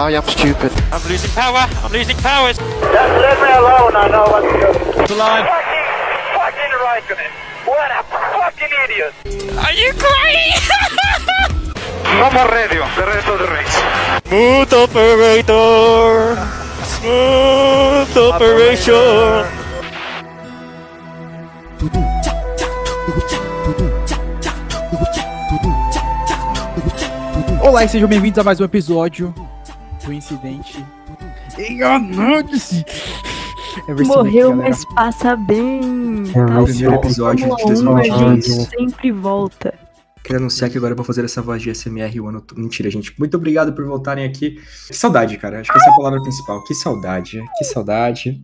I am stupid. I'm losing power. I'm losing power. Just leave me alone. I know what to do. The line. Fucking Raikkonen. What a fucking idiot. Are you crazy? No more radio. The rest of the race. Smooth operator. Smooth operation. Olá e sejam bem-vindos a mais um episódio do Incidente. Enganando-se! Morreu, mas passa bem. É o primeiro episódio de 2020. A gente sempre volta. Quero anunciar que agora eu vou fazer essa voz de SMR o ano todo. Mentira, gente. Muito obrigado por voltarem aqui. Que saudade, cara. Acho que essa é a palavra principal. Que saudade. Que saudade.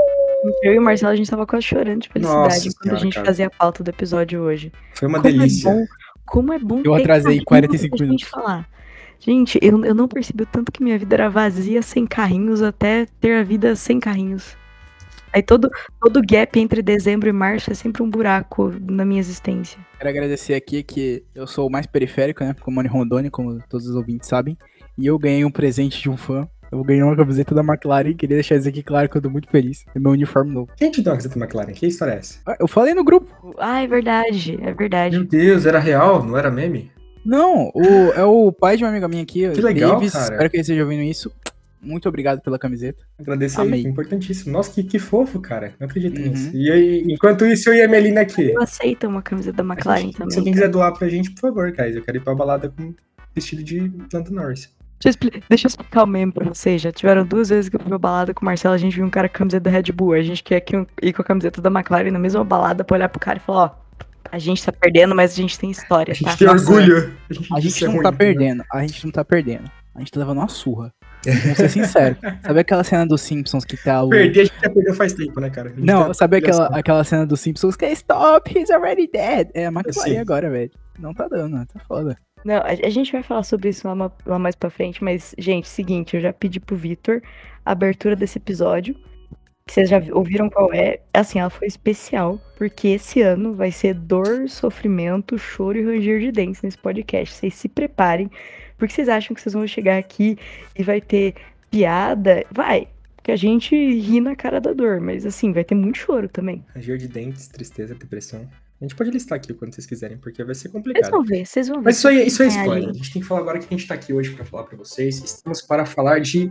Eu e o Marcelo, a gente tava quase chorando de felicidade Nossa quando senhora, a gente cara. fazia a pauta do episódio hoje. Foi uma delícia. Como é bom Eu ter atrasei carrinho 45 pra gente minutos. falar. Gente, eu não percebi o tanto que minha vida era vazia sem carrinhos até ter a vida sem carrinhos. Aí todo gap entre dezembro e março é sempre um buraco na minha existência. Quero agradecer aqui que eu sou o mais periférico, né? Como Mani Rondoni, como todos os ouvintes sabem. E eu ganhei um presente de um fã. Eu ganhei uma camiseta da McLaren. Queria deixar isso aqui claro que eu tô muito feliz. É meu uniforme novo. Quem te deu uma camiseta da McLaren? Que história é essa? Eu falei no grupo. Ah, é verdade, é verdade. Meu Deus, era real? Não era meme? Não, é o pai de uma amiga minha aqui. Que legal, Davis, cara. Espero que ele esteja ouvindo isso. Muito obrigado pela camiseta. Agradeço Amei. aí, importantíssimo. Nossa, que fofo, cara. Não acredito Uhum. nisso. E aí, enquanto isso, eu e a Melina aqui. Eu aceito uma camiseta da McLaren também. Se alguém quiser doar pra gente, por favor, guys. Eu quero ir pra balada com vestido de Lando Norris. Deixa eu explicar o meme pra vocês. Já tiveram 2 vezes que eu fui pra balada com o Marcelo, a gente viu um cara com a camiseta da Red Bull. A gente quer ir com a camiseta da McLaren na mesma balada pra olhar pro cara e falar, ó, a gente tá perdendo, mas a gente tem história, A gente tá? tem orgulho. A disso gente é não ruim, tá né? perdendo. A gente não tá perdendo. A gente tá levando uma surra. Vamos ser sinceros. Sabe aquela cena dos Simpsons que tá o... Perder, a gente já perdeu faz tempo, né, cara? A gente Não, tá- sabe aquela cena dos Simpsons que é Stop, he's already dead. É a McLaren Sim. agora, velho. Não tá dando, tá foda. Não, a gente vai falar sobre isso lá mais pra frente, mas, gente, seguinte, eu já pedi pro Vitor a abertura desse episódio, que vocês já ouviram qual é. Assim, ela foi especial, porque esse ano vai ser dor, sofrimento, choro e ranger de dentes nesse podcast. Vocês se preparem, porque vocês acham que vocês vão chegar aqui e vai ter piada? Vai, porque a gente ri na cara da dor, mas assim, vai ter muito choro também. Ranger de dentes, tristeza, depressão. A gente pode listar aqui quando vocês quiserem, porque vai ser Vocês complicado. vão ver, vocês vão ver. Mas isso é É, spoiler. A gente. gente tem que falar agora que a gente tá aqui hoje pra falar pra vocês. Estamos para falar de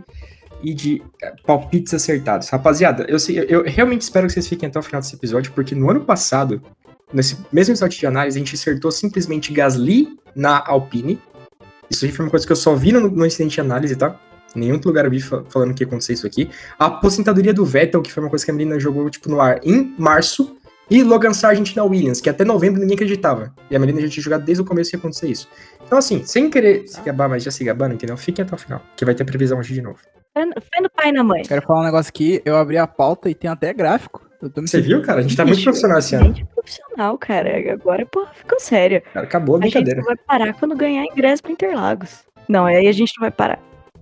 palpites acertados. Rapaziada, eu realmente espero que vocês fiquem até o final desse episódio, porque no ano passado, nesse mesmo episódio de análise, a gente acertou simplesmente Gasly na Alpine. Isso aí foi uma coisa que eu só vi no incidente de análise, tá? Em nenhum outro lugar eu vi falando que ia acontecer isso aqui. A aposentadoria do Vettel, que foi uma coisa que a menina jogou tipo, no ar em março. E Logan Sargent na Williams, que até novembro ninguém acreditava. E a Melina já tinha jogado desde o começo que ia acontecer isso. Então, assim, sem querer se gabar, mas já se gabando, entendeu? Fiquem até o final, que vai ter previsão hoje de novo. Fé no pai e na mãe. Quero falar um negócio aqui. Eu abri a pauta e tem até gráfico. Eu tô me Você viu, cara? A gente tá muito Bicho, profissional esse ano. Gente profissional, cara. Agora, porra, ficou sério. Cara, acabou a A gente brincadeira. só vai parar quando ganhar ingresso pra Interlagos. Não, aí a gente não vai parar.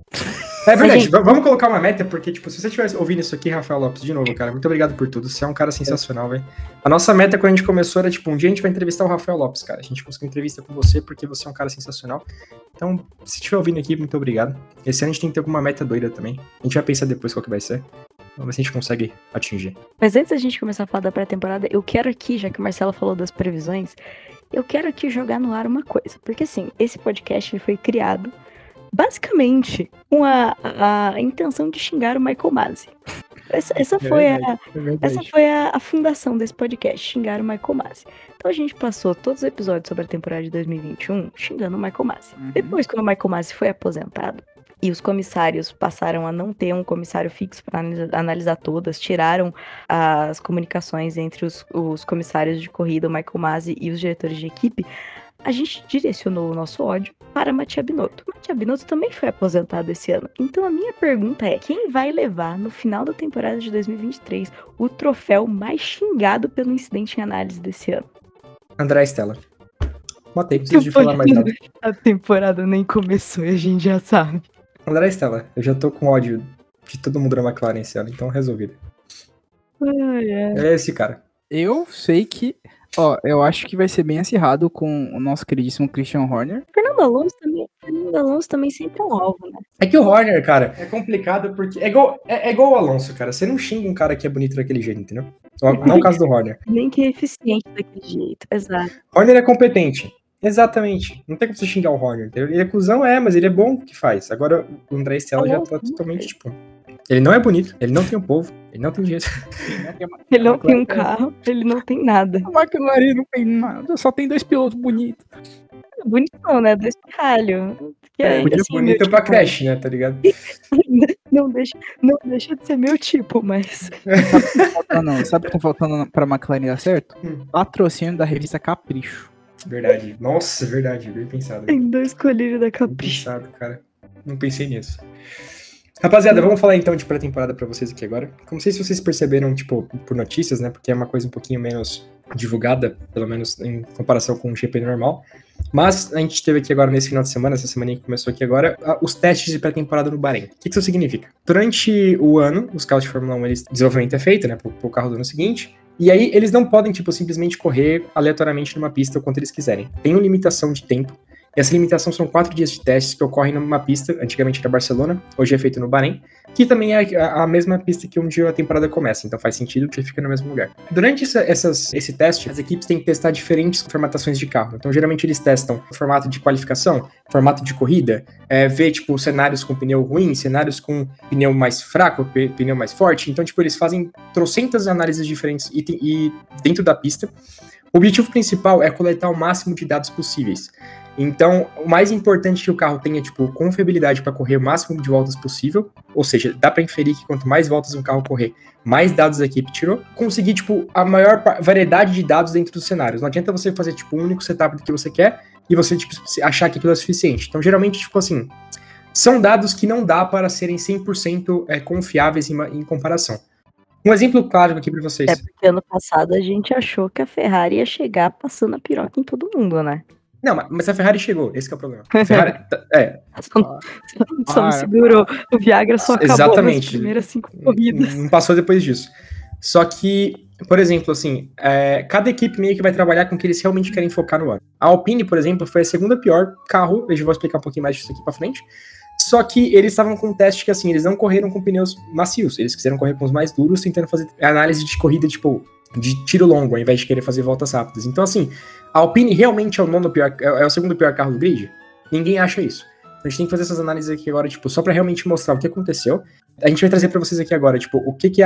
É verdade, gente- vamos colocar uma meta, porque, tipo, se você estiver ouvindo isso aqui, Rafael Lopes, de novo, cara, muito obrigado por tudo. Você é um cara sensacional, velho. A nossa meta quando a gente começou era, tipo, um dia a gente vai entrevistar o Rafael Lopes, cara. A gente conseguiu entrevista com você porque você é um cara sensacional. Então, se estiver ouvindo aqui, muito obrigado. Esse ano a gente tem que ter alguma meta doida também. A gente vai pensar depois qual que vai ser. Vamos ver se a gente consegue atingir. Mas antes da gente começar a falar da pré-temporada, eu quero aqui, já que o Marcelo falou das previsões, eu quero aqui jogar no ar uma coisa. Porque, assim, esse podcast ele foi criado basicamente com a intenção de xingar o Michael Masi. Essa foi a fundação desse podcast, xingar o Michael Masi. Então a gente passou todos os episódios sobre a temporada de 2021 xingando o Michael Masi. Depois, quando o Michael Masi foi aposentado e os comissários passaram a não ter um comissário fixo para analisar todas, tiraram as comunicações entre os comissários de corrida, o Michael Masi e os diretores de equipe, a gente direcionou o nosso ódio para Mattia Binotto. Mattia Binotto também foi aposentado esse ano. Então a minha pergunta é, quem vai levar no final da temporada de 2023 o troféu mais xingado pelo incidente em análise desse ano? André Stella. Botei, não preciso de falar mais nada. A temporada nem começou e a gente já sabe. André Stella, eu já tô com ódio de todo mundo da McLaren esse ano, então resolvido. É esse cara. Eu sei que... Ó, eu acho que vai ser bem acirrado com o nosso queridíssimo Christian Horner. Fernando Alonso também. Fernando Fernando Alonso também sempre é um alvo, né? É que o Horner, cara, é complicado porque é igual o Alonso, cara. Você não xinga um cara que é bonito daquele jeito, entendeu? Não é o caso do Horner. Nem que é eficiente daquele jeito, exato. Horner é competente. Exatamente. Não tem como você xingar o Horner, entendeu? Ele é cuzão, mas ele é bom no que faz. Agora o André Stella já tá totalmente, tipo... Ele não é bonito, ele não tem o povo, ele não tem dinheiro. Ele não tem um carro, ele não tem nada. A McLaren não tem nada, só tem 2 pilotos bonitos. Bonitão, né? 2 pirralhos. Bonito pra Crash, né? Tá ligado? Não deixa de ser meu tipo, mas... Sabe o que tá faltando pra McLaren dar certo? Patrocínio da revista Capricho. Verdade. Nossa, verdade. Bem pensado. Tem 2 colírios da Bem Capricho. pensado, cara. Não pensei nisso. Rapaziada, vamos falar então de pré-temporada pra vocês aqui agora. Não sei se vocês perceberam, tipo, por notícias, né? Porque é uma coisa um pouquinho menos divulgada, pelo menos em comparação com o GP normal. Mas a gente teve aqui agora nesse final de semana, essa semana que começou aqui agora, os testes de pré-temporada no Bahrein. O que isso significa? Durante o ano, os carros de Fórmula 1, o desenvolvimento é feito, né, pro carro do ano seguinte, e aí eles não podem, tipo, simplesmente correr aleatoriamente numa pista o quanto eles quiserem. Tem uma limitação de tempo. E essa limitação são 4 dias de testes que ocorrem numa pista, antigamente era Barcelona, hoje é feito no Bahrein, que também é a mesma pista que onde a temporada começa, então faz sentido que fica no mesmo lugar. Durante esse teste, as equipes têm que testar diferentes formatações de carro. Então, geralmente, eles testam o formato de qualificação, formato de corrida, ver, tipo, cenários com pneu ruim, cenários com pneu mais fraco, pneu mais forte. Então, tipo, eles fazem trocentas análises diferentes e dentro da pista. O objetivo principal é coletar o máximo de dados possíveis. Então, o mais importante é que o carro tenha, tipo, confiabilidade para correr o máximo de voltas possível, ou seja, dá para inferir que quanto mais voltas um carro correr, mais dados a equipe tirou. Conseguir, tipo, a maior variedade de dados dentro dos cenários. Não adianta você fazer, tipo, um único setup do que você quer e você, tipo, achar que aquilo é suficiente. Então, geralmente, tipo assim, são dados que não dá para serem 100% confiáveis em comparação. Um exemplo claro aqui para vocês. É porque ano passado a gente achou que a Ferrari ia chegar passando a piroca em todo mundo, né? Não, mas a Ferrari chegou, esse que é o problema. A Ferrari, Só não segurou. O Viagra só acabou exatamente. nas primeiras 5 corridas. Não passou depois disso. Só que, por exemplo, assim, cada equipe meio que vai trabalhar com o que eles realmente querem focar no ano. A Alpine, por exemplo, foi a segunda pior carro, eu já vou explicar um pouquinho mais disso aqui pra frente, só que eles estavam com um teste que, assim, eles não correram com pneus macios, eles quiseram correr com os mais duros, tentando fazer análise de corrida, tipo, de tiro longo, ao invés de querer fazer voltas rápidas. Então, assim, a Alpine realmente é o segundo pior carro do grid? Ninguém acha isso. A gente tem que fazer essas análises aqui agora, tipo, só pra realmente mostrar o que aconteceu. A gente vai trazer pra vocês aqui agora, tipo, o que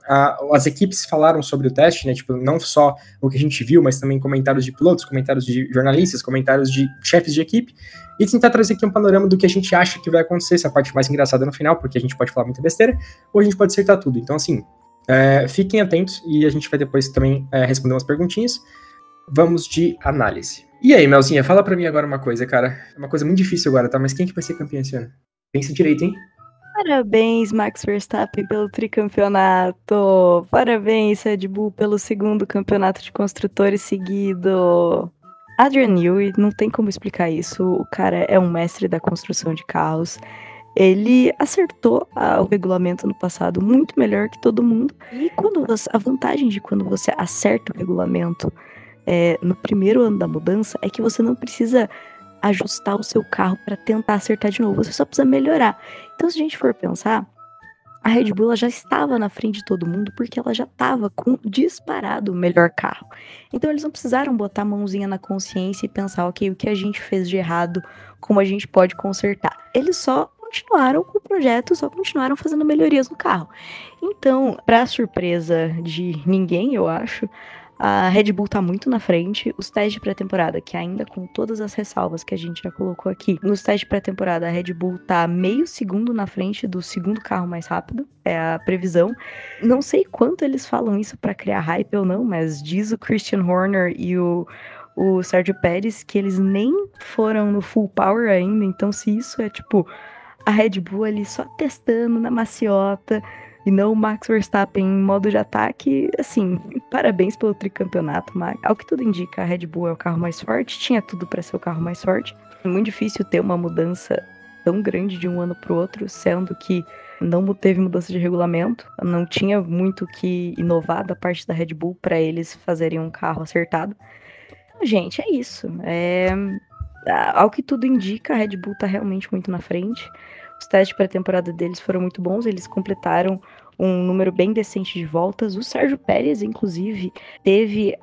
as equipes falaram sobre o teste, né? Tipo, não só o que a gente viu, mas também comentários de pilotos, comentários de jornalistas, comentários de chefes de equipe. E tentar trazer aqui um panorama do que a gente acha que vai acontecer, essa parte mais engraçada no final, porque a gente pode falar muita besteira, ou a gente pode acertar tudo. Então, assim, fiquem atentos e a gente vai depois também responder umas perguntinhas. Vamos de análise. E aí, Melzinha, fala pra mim agora uma coisa, cara. É uma coisa muito difícil agora, tá? Mas quem que vai ser campeão esse ano? Pensa direito, hein? Parabéns, Max Verstappen, pelo tricampeonato. Parabéns, Red Bull, pelo segundo campeonato de construtores seguido. Adrian Newey, não tem como explicar isso. O cara é um mestre da construção de carros. Ele acertou o regulamento no passado muito melhor que todo mundo. E a vantagem de quando você acerta o regulamento no primeiro ano da mudança é que você não precisa ajustar o seu carro para tentar acertar de novo. Você só precisa melhorar. Então, se a gente for pensar, a Red Bull ela já estava na frente de todo mundo porque ela já estava com disparado o melhor carro. Então, eles não precisaram botar a mãozinha na consciência e pensar, ok, o que a gente fez de errado, como a gente pode consertar. Eles só continuaram com o projeto, só continuaram fazendo melhorias no carro. Então, para surpresa de ninguém, eu acho, a Red Bull tá muito na frente. Os testes de pré-temporada, que ainda com todas as ressalvas que a gente já colocou aqui, nos testes de pré-temporada a Red Bull tá meio segundo na frente do segundo carro mais rápido, é a previsão. Não sei quanto eles falam isso pra criar hype ou não, mas diz o Christian Horner e o Sérgio Pérez que eles nem foram no full power ainda, então se isso é tipo a Red Bull ali só testando na maciota e não o Max Verstappen em modo de ataque, assim, parabéns pelo tricampeonato, Max. Ao que tudo indica, a Red Bull é o carro mais forte, tinha tudo para ser o carro mais forte. É muito difícil ter uma mudança tão grande de um ano pro outro, sendo que não teve mudança de regulamento, não tinha muito que inovar da parte da Red Bull para eles fazerem um carro acertado. Gente, é isso. Ao que tudo indica, a Red Bull tá realmente muito na frente. Os testes pré-temporada deles foram muito bons, eles completaram um número bem decente de voltas. O Sérgio Pérez, inclusive, teve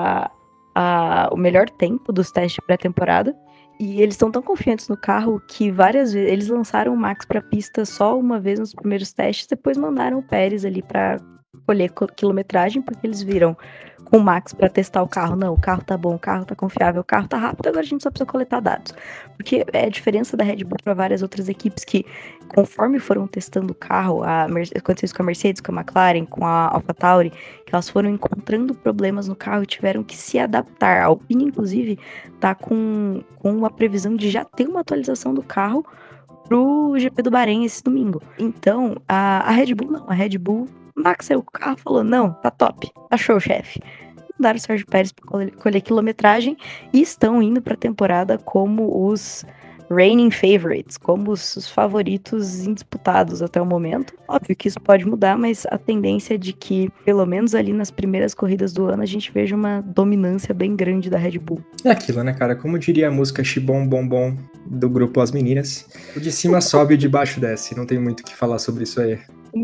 o melhor tempo dos testes pré-temporada. E eles estão tão confiantes no carro que várias vezes eles lançaram o Max pra pista só uma vez nos primeiros testes, depois mandaram o Pérez ali pra colher quilometragem, porque eles viram com o Max pra testar o carro. Não, o carro tá bom, o carro tá confiável, o carro tá rápido, agora a gente só precisa coletar dados. Porque é a diferença da Red Bull para várias outras equipes que, conforme foram testando o carro, aconteceu isso com a Mercedes, com a McLaren, com a AlphaTauri, que elas foram encontrando problemas no carro e tiveram que se adaptar. A Alpine, inclusive, tá com uma previsão de já ter uma atualização do carro pro GP do Bahrein esse domingo. Então, a Red Bull não, a Red Bull, Max saiu com o carro e falou, não, tá top, tá show, chefe. Mandaram o Sérgio Pérez para colher quilometragem e estão indo para a temporada como os reigning favorites, como os favoritos indisputados até o momento. Óbvio que isso pode mudar, mas a tendência é de que, pelo menos ali nas primeiras corridas do ano, a gente veja uma dominância bem grande da Red Bull. É aquilo, né, cara? Como diria a música Xibom Bom Bom do grupo As Meninas, o de cima sobe e o de baixo desce. Não tem muito o que falar sobre isso aí.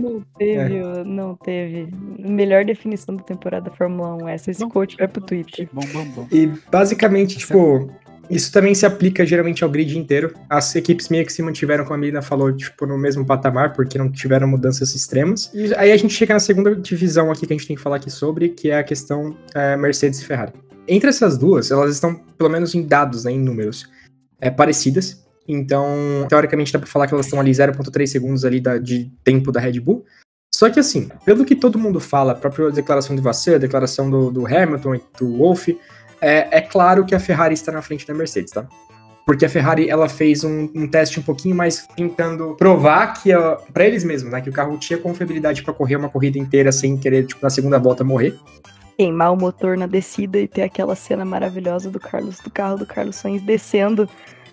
Não teve. Melhor definição da temporada da Fórmula 1 essa. Esse coach vai pro Twitter. Bom. E basicamente, tipo, isso também se aplica geralmente ao grid inteiro. As equipes meio que se mantiveram, como a Melina falou, tipo, no mesmo patamar, porque não tiveram mudanças extremas. E aí a gente chega na segunda divisão aqui que a gente tem que falar aqui sobre, que é a questão Mercedes e Ferrari. Entre essas duas, elas estão, pelo menos em dados, né, em números, parecidas. Então, teoricamente, dá pra falar que elas estão ali 0,3 segundos ali de tempo da Red Bull. Só que assim, pelo que todo mundo fala, a própria declaração do Vasseur, a declaração do Hamilton e do Wolff, é claro que a Ferrari está na frente da Mercedes, tá? Porque a Ferrari, ela fez um teste um pouquinho mais tentando provar que, pra eles mesmos, né, que o carro tinha confiabilidade pra correr uma corrida inteira sem querer, tipo, na segunda volta morrer. Queimar o motor na descida e ter aquela cena maravilhosa do carro do Carlos Sainz descendo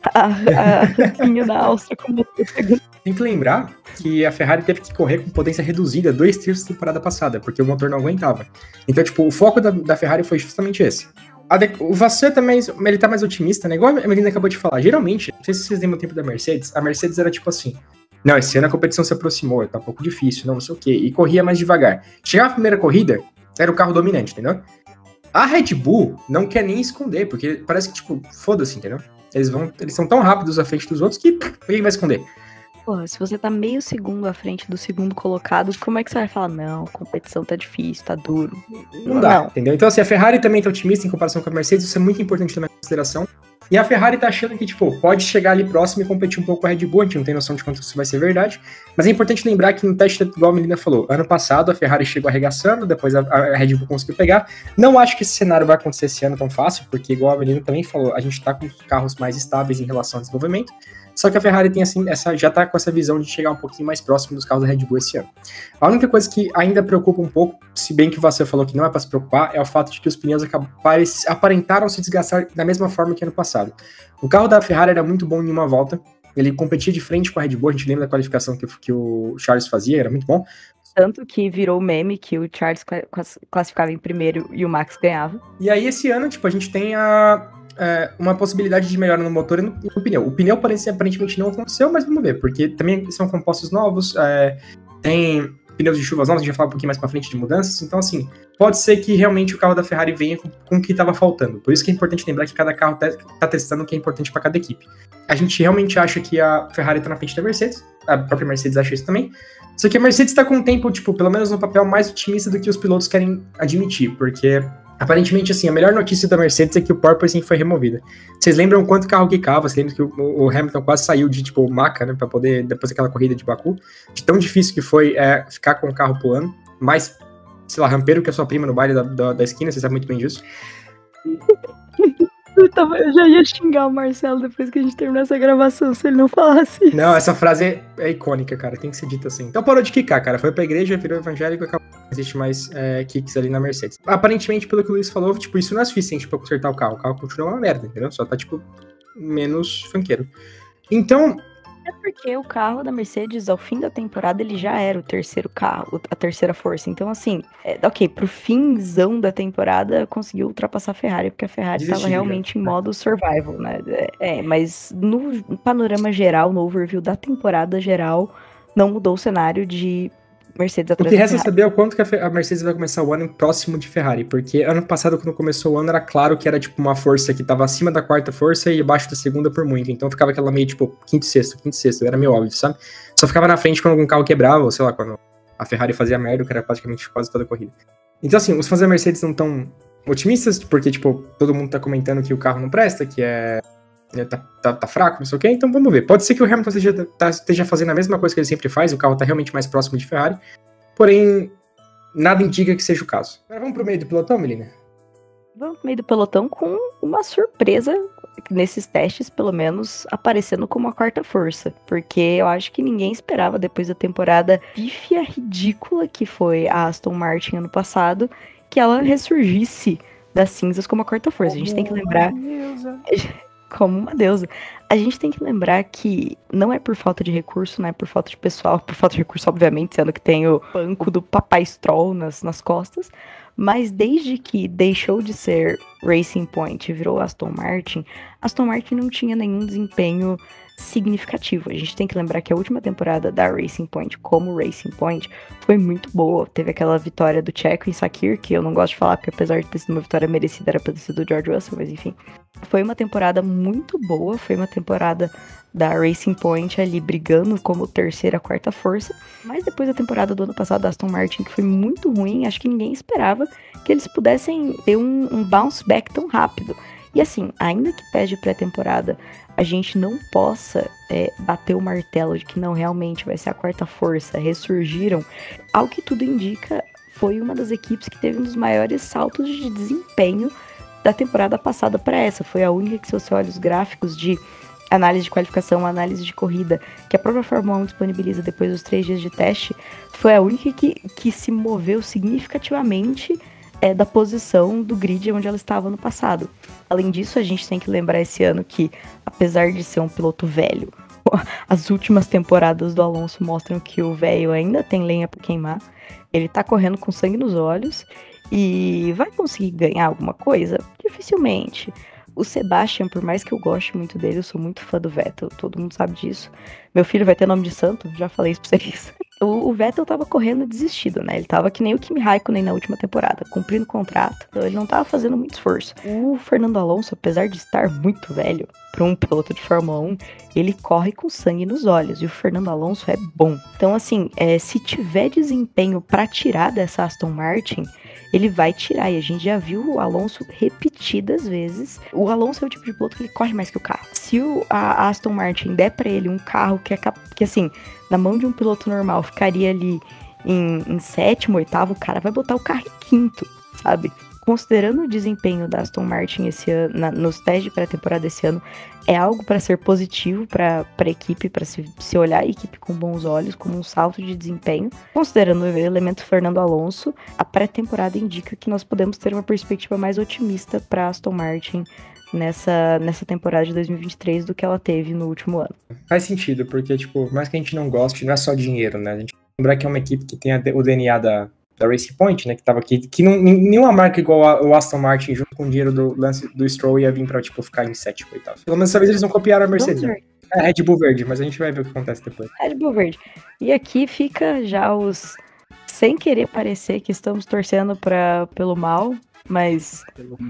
a caminho da Áustria com o motor pegando. Tem que lembrar que a Ferrari teve que correr com potência reduzida 2 terços da temporada passada, porque o motor não aguentava. Então, tipo, o foco da Ferrari foi justamente esse. O Vasseur também, ele tá mais otimista, né? Igual a Melina acabou de falar. Geralmente, não sei se vocês lembram o tempo da Mercedes, a Mercedes era tipo assim, não, esse ano a competição se aproximou, tá um pouco difícil, não sei o quê, e corria mais devagar. Chegava a primeira corrida, era o carro dominante, entendeu? A Red Bull não quer nem esconder, porque parece que, tipo, foda-se, entendeu? Eles são tão rápidos à frente dos outros que ninguém vai esconder. Porra, se você tá meio segundo à frente do segundo colocado, como é que você vai falar, não, a competição tá difícil, tá duro? Não dá, entendeu? Então, assim, a Ferrari também tá otimista em comparação com a Mercedes, isso é muito importante também em consideração. E a Ferrari tá achando que, tipo, pode chegar ali próximo e competir um pouco com a Red Bull, a gente não tem noção de quanto isso vai ser verdade. Mas é importante lembrar que no teste, igual a Melina falou, ano passado a Ferrari chegou arregaçando, depois a Red Bull conseguiu pegar. Não acho que esse cenário vai acontecer esse ano tão fácil, porque igual a Melina também falou, a gente tá com carros mais estáveis em relação ao desenvolvimento. Só que a Ferrari tem assim, já tá com essa visão de chegar um pouquinho mais próximo dos carros da Red Bull esse ano. A única coisa que ainda preocupa um pouco, se bem que você falou que não é para se preocupar, é o fato de que os pneus aparentaram se desgastar da mesma forma que ano passado. O carro da Ferrari era muito bom em uma volta, ele competia de frente com a Red Bull, a gente lembra da qualificação que o Charles fazia, era muito bom. Tanto que virou meme que o Charles classificava em primeiro e o Max ganhava. E aí esse ano, tipo, a gente tem uma possibilidade de melhora no motor e no pneu. O pneu aparentemente não aconteceu, mas vamos ver, porque também são compostos novos, tem pneus de chuvas novos, a gente vai falar um pouquinho mais pra frente de mudanças, então assim, pode ser que realmente o carro da Ferrari venha com o que estava faltando. Por isso que é importante lembrar que cada carro tá testando o que é importante para cada equipe. A gente realmente acha que a Ferrari tá na frente da Mercedes, a própria Mercedes acha isso também, só que a Mercedes tá com um tempo, tipo, pelo menos no papel, mais otimista do que os pilotos querem admitir, porque aparentemente, assim, a melhor notícia da Mercedes é que o porpoising foi removida. Vocês lembram quanto carro quicava? Vocês lembram que o Hamilton quase saiu de, tipo, maca, né, pra poder, depois daquela corrida de Baku, de tão difícil que foi ficar com o carro pulando, mais, sei lá, rampeiro que a sua prima no baile da esquina, você sabe muito bem disso. Eu já ia xingar o Marcelo depois que a gente terminar essa gravação, se ele não falasse isso. Não, essa frase é icônica, cara, tem que ser dita assim. Então parou de quicar, cara, foi pra igreja, virou evangélico, acabou. Não existe mais kicks ali na Mercedes. Aparentemente, pelo que o Luiz falou, tipo, isso não é suficiente pra consertar o carro continua uma merda, entendeu? Só tá, tipo, menos funkeiro. Então, É porque o carro da Mercedes, ao fim da temporada, ele já era o terceiro carro, a terceira força. Então, assim, ok, pro finzão da temporada, conseguiu ultrapassar a Ferrari, porque a Ferrari Desistiu estava já. realmente em modo survival, né? Mas no panorama geral, no overview da temporada geral, não mudou o cenário de Mercedes O atrás que da resta Ferrari. saber é o quanto que a Mercedes vai começar o ano próximo de Ferrari, porque ano passado, quando começou o ano, era claro que era tipo uma força que tava acima da quarta força e abaixo da segunda por muito, então ficava aquela meio tipo quinto e sexto, era meio óbvio, sabe? Só ficava na frente quando algum carro quebrava, ou sei lá, quando a Ferrari fazia merda, que era praticamente quase toda a corrida. Então assim, os fãs da Mercedes não tão otimistas, porque tipo, todo mundo tá comentando que o carro não presta, que tá fraco, não sei o quê, então vamos ver. Pode ser que o Hamilton esteja fazendo a mesma coisa que ele sempre faz, o carro tá realmente mais próximo de Ferrari, porém, nada indica que seja o caso. Agora vamos pro meio do pelotão, Melina? Vamos pro meio do pelotão com uma surpresa, nesses testes, pelo menos, aparecendo como a quarta força. Porque eu acho que ninguém esperava, depois da temporada pífia, ridícula, que foi a Aston Martin ano passado, que ela ressurgisse das cinzas como a quarta força. A gente tem que lembrar... Como uma deusa. A gente tem que lembrar que não é por falta de recurso, não é por falta de pessoal, por falta de recurso, obviamente, sendo que tem o banco do Papai Stroll nas costas, mas desde que deixou de ser Racing Point e virou Aston Martin não tinha nenhum desempenho significativo. A gente tem que lembrar que a última temporada da Racing Point como Racing Point foi muito boa. Teve aquela vitória do Checo em Sakir, que eu não gosto de falar, porque apesar de ter sido uma vitória merecida, era pra ter sido do George Russell, mas enfim. Foi uma temporada muito boa, foi uma temporada da Racing Point ali brigando como terceira, quarta força, mas depois da temporada do ano passado da Aston Martin, que foi muito ruim, acho que ninguém esperava que eles pudessem ter um bounce back tão rápido. E assim, ainda que pés de pré-temporada a gente não possa bater o martelo de que não realmente vai ser a quarta força, ressurgiram, ao que tudo indica, foi uma das equipes que teve um dos maiores saltos de desempenho da temporada passada para essa. Foi a única que, se você olha os gráficos de análise de qualificação, análise de corrida, que a própria Fórmula 1 disponibiliza depois dos 3 dias de teste, foi a única que se moveu significativamente da posição do grid onde ela estava no passado. Além disso, a gente tem que lembrar esse ano que, apesar de ser um piloto velho, as últimas temporadas do Alonso mostram que o velho ainda tem lenha para queimar, ele tá correndo com sangue nos olhos e vai conseguir ganhar alguma coisa? Dificilmente. O Sebastian, por mais que eu goste muito dele, eu sou muito fã do Vettel, todo mundo sabe disso. Meu filho vai ter nome de santo, já falei isso pra vocês. O Vettel tava correndo desistido, né? Ele tava que nem o Kimi Raikkonen na última temporada, cumprindo o contrato, então ele não tava fazendo muito esforço. O Fernando Alonso, apesar de estar muito velho para um piloto de Fórmula 1, ele corre com sangue nos olhos, e o Fernando Alonso é bom. Então, assim, se tiver desempenho para tirar dessa Aston Martin, ele vai tirar, e a gente já viu o Alonso repetidas vezes. O Alonso é o tipo de piloto que ele corre mais que o carro. Se a Aston Martin der pra ele um carro que assim, na mão de um piloto normal, ficaria ali em sétimo, oitavo, o cara vai botar o carro em quinto, sabe? Considerando o desempenho da Aston Martin esse ano, nos testes de pré-temporada esse ano, é algo para ser positivo para a equipe, para se olhar a equipe com bons olhos, como um salto de desempenho. Considerando o elemento Fernando Alonso, a pré-temporada indica que nós podemos ter uma perspectiva mais otimista para Aston Martin nessa temporada de 2023 do que ela teve no último ano. Faz sentido, porque, tipo, por mais que a gente não goste, não é só dinheiro, né? A gente tem que lembrar que é uma equipe que tem o DNA da Racing Point, né, que tava aqui, que nenhuma marca igual o Aston Martin, junto com o dinheiro do lance do Stroll, ia vir pra, tipo, ficar em sétimo, oitavo. Pelo menos dessa vez eles não copiaram a Mercedes, né? É Red Bull verde, mas a gente vai ver o que acontece depois. Red Bull verde. E aqui fica já os... Sem querer parecer que estamos torcendo pelo mal, mas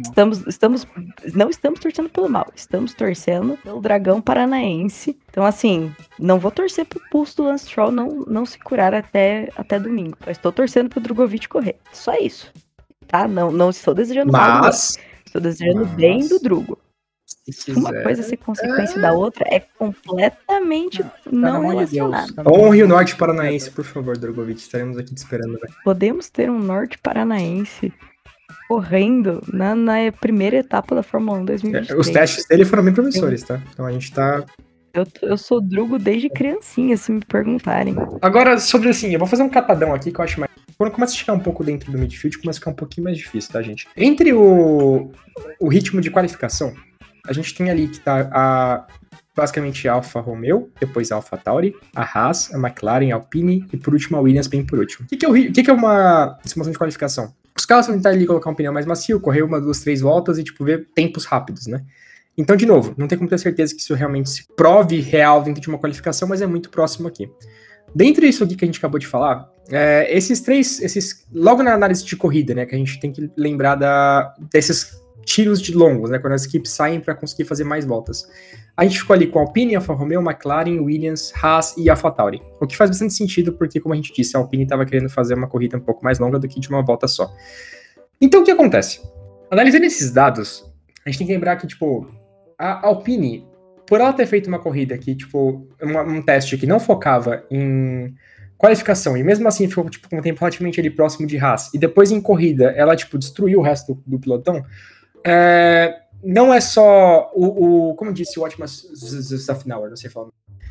não estamos torcendo pelo mal, estamos torcendo pelo Dragão Paranaense. Então, assim, não vou torcer pro pulso do Lance Stroll não se curar até domingo. Eu estou torcendo pro Drogovic correr. Só isso. Tá? Não estou desejando mal. Estou desejando bem do Drugo. Uma coisa ser consequência da outra é completamente não relacionada. Honre o Norte Paranaense, por favor, Drogovic. Estaremos aqui te esperando. Né? Podemos ter um Norte Paranaense correndo na primeira etapa da Fórmula 1 2023. Os testes dele foram bem promissores, tá? Então a gente tá... Eu sou Drugo desde criancinha, se me perguntarem. Agora, sobre assim, eu vou fazer um catadão aqui que eu acho mais... Quando começa a chegar um pouco dentro do midfield, começa a ficar um pouquinho mais difícil, tá, gente? Entre o ritmo de qualificação, a gente tem ali que tá basicamente a Alfa Romeo, depois a Alfa Tauri, a Haas, a McLaren, a Alpine e por último a Williams bem por último. O que é uma simulação de qualificação? Os carros vão tentar ali colocar um pneu mais macio, correr 1, 2, 3 voltas e tipo ver tempos rápidos, né? Então, de novo, não tem como ter certeza que isso realmente se prove real dentro de uma qualificação, mas é muito próximo aqui. Dentro disso aqui que a gente acabou de falar, logo na análise de corrida, né, que a gente tem que lembrar desses tiros de longos, né, quando as equipes saem para conseguir fazer mais voltas. A gente ficou ali com a Alpine, Alfa Romeo, McLaren, Williams, Haas e AlphaTauri. O que faz bastante sentido, porque, como a gente disse, a Alpine estava querendo fazer uma corrida um pouco mais longa do que de uma volta só. Então, o que acontece? Analisando esses dados, a gente tem que lembrar que, tipo, a Alpine, por ela ter feito uma corrida que, tipo, um teste que não focava em qualificação, e mesmo assim ficou, tipo, com um tempo relativamente ali próximo de Haas, e depois em corrida ela, tipo, destruiu o resto do pelotão, não é só como disse o ótimo Zafnauer, não sei falar.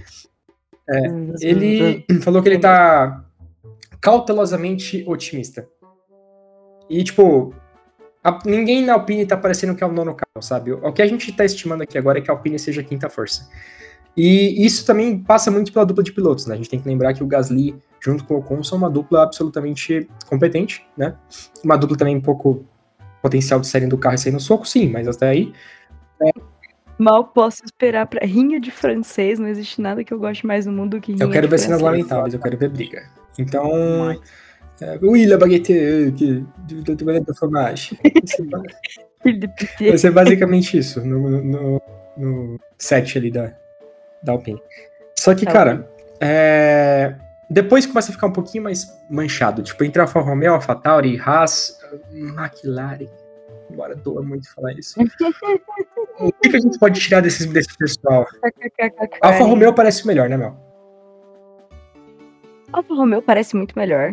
Ele falou que ele tá cautelosamente otimista. E, tipo, ninguém na Alpine tá parecendo que é o nono carro, sabe? O que a gente tá estimando aqui agora é que a Alpine seja a quinta força. E isso também passa muito pela dupla de pilotos, né? A gente tem que lembrar que o Gasly, junto com o Ocon, são uma dupla absolutamente competente, né? Uma dupla também um pouco potencial de saírem do carro e sair no soco, sim, mas até aí... Mal posso esperar pra rinha de francês, não existe nada que eu goste mais no mundo do que rinha de francês. Eu quero ver cenas lamentáveis, eu quero ver briga. Então... Oui, la baguette do fromage. Vai ser basicamente isso no set ali da Alpine. Só que, cara, depois começa a ficar um pouquinho mais manchado. Tipo, entre Alfa Romeo, Alfa Tauri, Haas, McLaren. Embora doa muito falar isso. O que a gente pode tirar desse pessoal? Alfa Romeo parece melhor, né, Mel? Alfa Romeo parece muito melhor.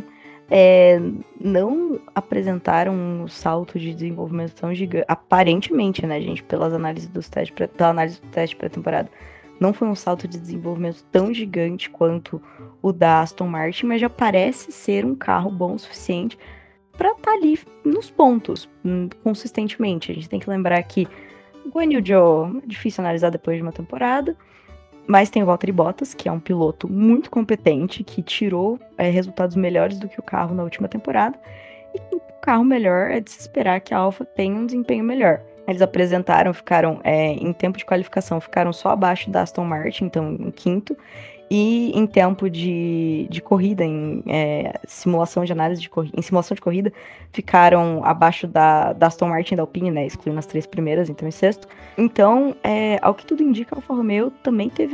Não apresentaram um salto de desenvolvimento tão gigante. Aparentemente, né, gente, pela análise do teste pré-temporada. Não foi um salto de desenvolvimento tão gigante quanto o da Aston Martin, mas já parece ser um carro bom o suficiente para estar ali nos pontos, consistentemente. A gente tem que lembrar que o Guan Yu Zhou é difícil analisar depois de uma temporada, mas tem o Valtteri Bottas, que é um piloto muito competente, que tirou resultados melhores do que o carro na última temporada, e com um carro melhor é de se esperar que a Alfa tenha um desempenho melhor. Eles ficaram em tempo de qualificação, ficaram só abaixo da Aston Martin, então em quinto, e em tempo de corrida, em simulação de análise de corrida, em simulação de corrida, ficaram abaixo da Aston Martin e da Alpine, né, excluindo as 3 primeiras, então em sexto. Então, ao que tudo indica, a Alfa Romeo também teve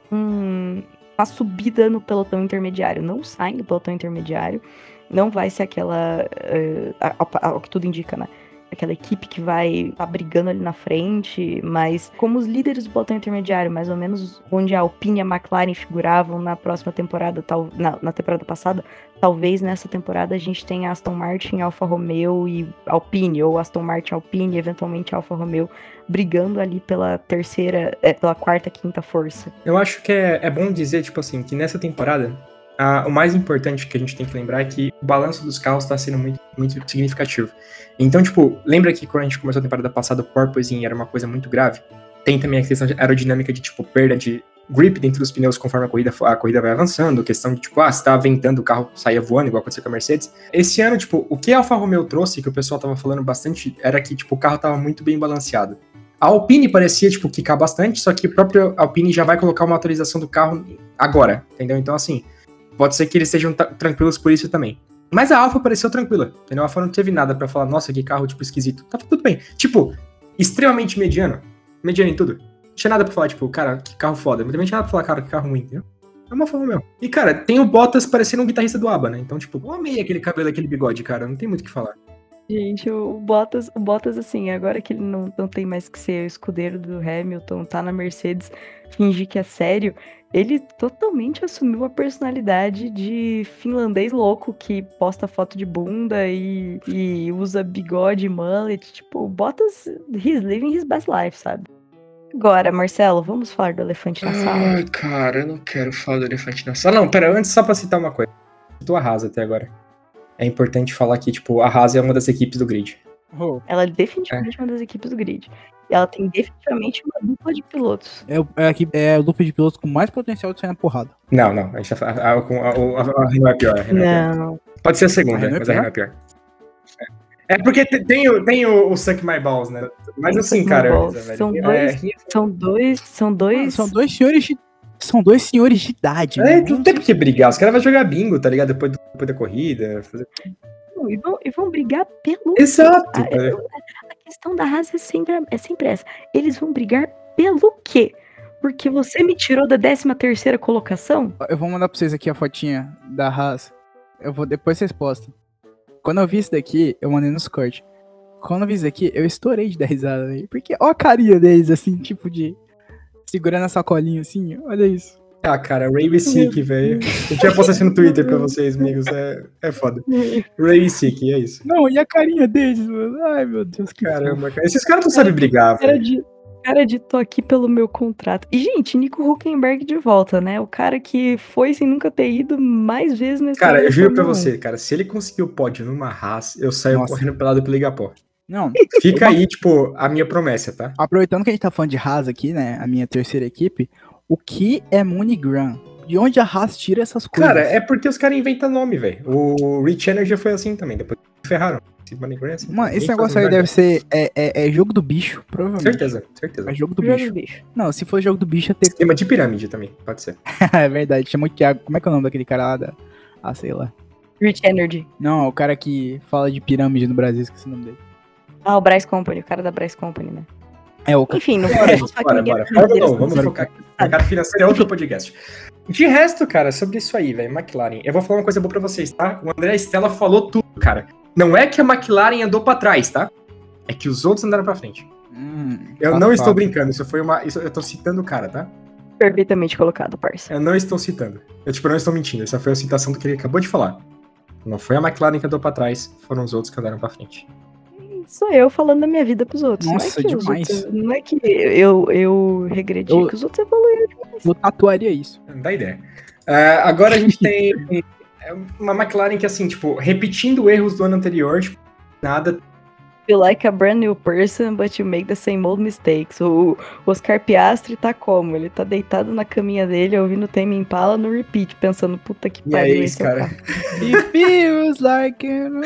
uma subida no pelotão intermediário, não sai do pelotão intermediário, não vai ser aquela, ao que tudo indica, né, aquela equipe que vai estar brigando ali na frente, mas como os líderes do pelotão intermediário, mais ou menos onde a Alpine e a McLaren figuravam na próxima temporada, na temporada passada, talvez nessa temporada a gente tenha Aston Martin, Alfa Romeo e Alpine, ou Aston Martin, Alpine, eventualmente Alfa Romeo, brigando ali pela pela quarta, quinta força. Eu acho que é bom dizer, tipo assim, que nessa temporada, o mais importante que a gente tem que lembrar é que o balanço dos carros está sendo muito, muito significativo. Então, tipo, lembra que quando a gente começou a temporada passada, o porpoising era uma coisa muito grave? Tem também a questão aerodinâmica de, tipo, perda de grip dentro dos pneus conforme a corrida vai avançando, questão de, tipo, se tá ventando, o carro saia voando, igual aconteceu com a Mercedes. Esse ano, tipo, o que a Alfa Romeo trouxe, que o pessoal tava falando bastante, era que, tipo, o carro tava muito bem balanceado. A Alpine parecia, tipo, quicar bastante, só que o próprio Alpine já vai colocar uma atualização do carro agora, entendeu? Então, assim, pode ser que eles sejam tranquilos por isso também. Mas a Alfa pareceu tranquila, entendeu? A Alfa não teve nada pra falar, nossa, que carro, tipo, esquisito. Tá tudo bem. Tipo, extremamente mediano. Mediano em tudo. Não tinha nada pra falar, tipo, cara, que carro foda. Mas também não tinha nada pra falar, cara, que carro ruim, entendeu? É uma forma mesmo. E, cara, tem o Bottas parecendo um guitarrista do ABBA, né? Então, tipo, eu amei aquele cabelo, aquele bigode, cara. Não tem muito o que falar. Gente, o Bottas, assim, agora que ele não tem mais que ser o escudeiro do Hamilton, tá na Mercedes, fingir que é sério, ele totalmente assumiu a personalidade de finlandês louco que posta foto de bunda e usa bigode e mullet. Tipo, o Bottas, he's living his best life, sabe? Agora, Marcelo, vamos falar do elefante na sala? Ai, cara, eu não quero falar do elefante na sala. Não, pera, antes só pra citar uma coisa. Eu tô a Haas até agora. É importante falar que, tipo, a Haas é uma das equipes do grid. Oh, Ela é definitivamente uma das equipes do grid. E ela tem definitivamente uma dupla de pilotos. é a dupla de pilotos com mais potencial de sair na porrada. Não, a gente tá a Renault é pior. A Renault é pior. Não. Pode ser a segunda, A Renault é mas a Renault é pior. É porque tem o Suck My Balls, né? Mas assim, cara. São dois. São dois senhores de idade, né? Não tem por que brigar. Os caras vão jogar bingo, tá ligado? Depois da corrida. E vão brigar pelo. Exato. A questão da Haas é sempre essa. Eles vão brigar pelo quê? Porque você me tirou da 13ª colocação? Eu vou mandar pra vocês aqui a fotinha da Haas. Depois vocês postam. Quando eu vi isso daqui, eu mandei nos cortes. Quando eu vi isso daqui, eu estourei de dar risada, velho. Porque ó a carinha deles, assim, tipo de... segurando a sacolinha, assim, olha isso. Ah, cara, Ray Sick, velho. Eu tinha postado assim no Twitter pra vocês, amigos. É foda. Ray Sick, é isso. Não, e a carinha deles, mano? Ai, meu Deus, que caramba, cara. Esses caras não sabem brigar, velho. Cara de tô aqui pelo meu contrato. E, gente, Nico Hülkenberg de volta, né? O cara que foi sem nunca ter ido mais vezes na história. Cara, eu juro pra você, cara, se ele conseguir o pódio numa Haas, eu saio correndo pelado pelo Igapó. Não. Fica aí, tipo, a minha promessa, tá? Aproveitando que a gente tá falando de Haas aqui, né? A minha terceira equipe. O que é MoneyGram? De onde a Haas tira essas coisas? Cara, é porque os caras inventam nome, velho. O Rich Energy foi assim também, depois ferraram. Assim, mano, esse negócio aí deve ser jogo do bicho, provavelmente. Certeza. É jogo do bicho. Não, se for jogo do bicho, é ter... Sistema de pirâmide também, pode ser. É verdade, chama o Thiago. Como é que é o nome daquele cara lá da... Ah, sei lá. Rich Energy. Não, o cara que fala de pirâmide no Brasil, esqueci o nome dele. Ah, o Bryce Company, o cara da Bryce Company, né? Enfim, não vamos focar aqui. Mercado financeiro é outro podcast. De resto, cara, sobre isso aí, velho, McLaren, eu vou falar uma coisa boa pra vocês, tá? O André Stella falou tudo, cara. Não é que a McLaren andou pra trás, tá? É que os outros andaram pra frente. Eu não estou brincando, eu tô citando o cara, tá? Perfeitamente colocado, parça. Eu não estou citando. Eu não estou mentindo, essa foi a citação do que ele acabou de falar. Não foi a McLaren que andou pra trás, foram os outros que andaram pra frente. Sou eu falando da minha vida pros outros. Nossa, demais. Não é que eu regredi, que os outros evoluíram demais. Eu tatuaria isso. Não dá ideia. Agora a gente tem uma McLaren que, assim, tipo, repetindo erros do ano anterior, tipo, nada. You like a brand new person, but you make the same old mistakes. O Oscar Piastri tá como? Ele tá deitado na caminha dele, ouvindo Tame Impala no repeat, pensando, puta que pariu. E é isso, cara. It feels like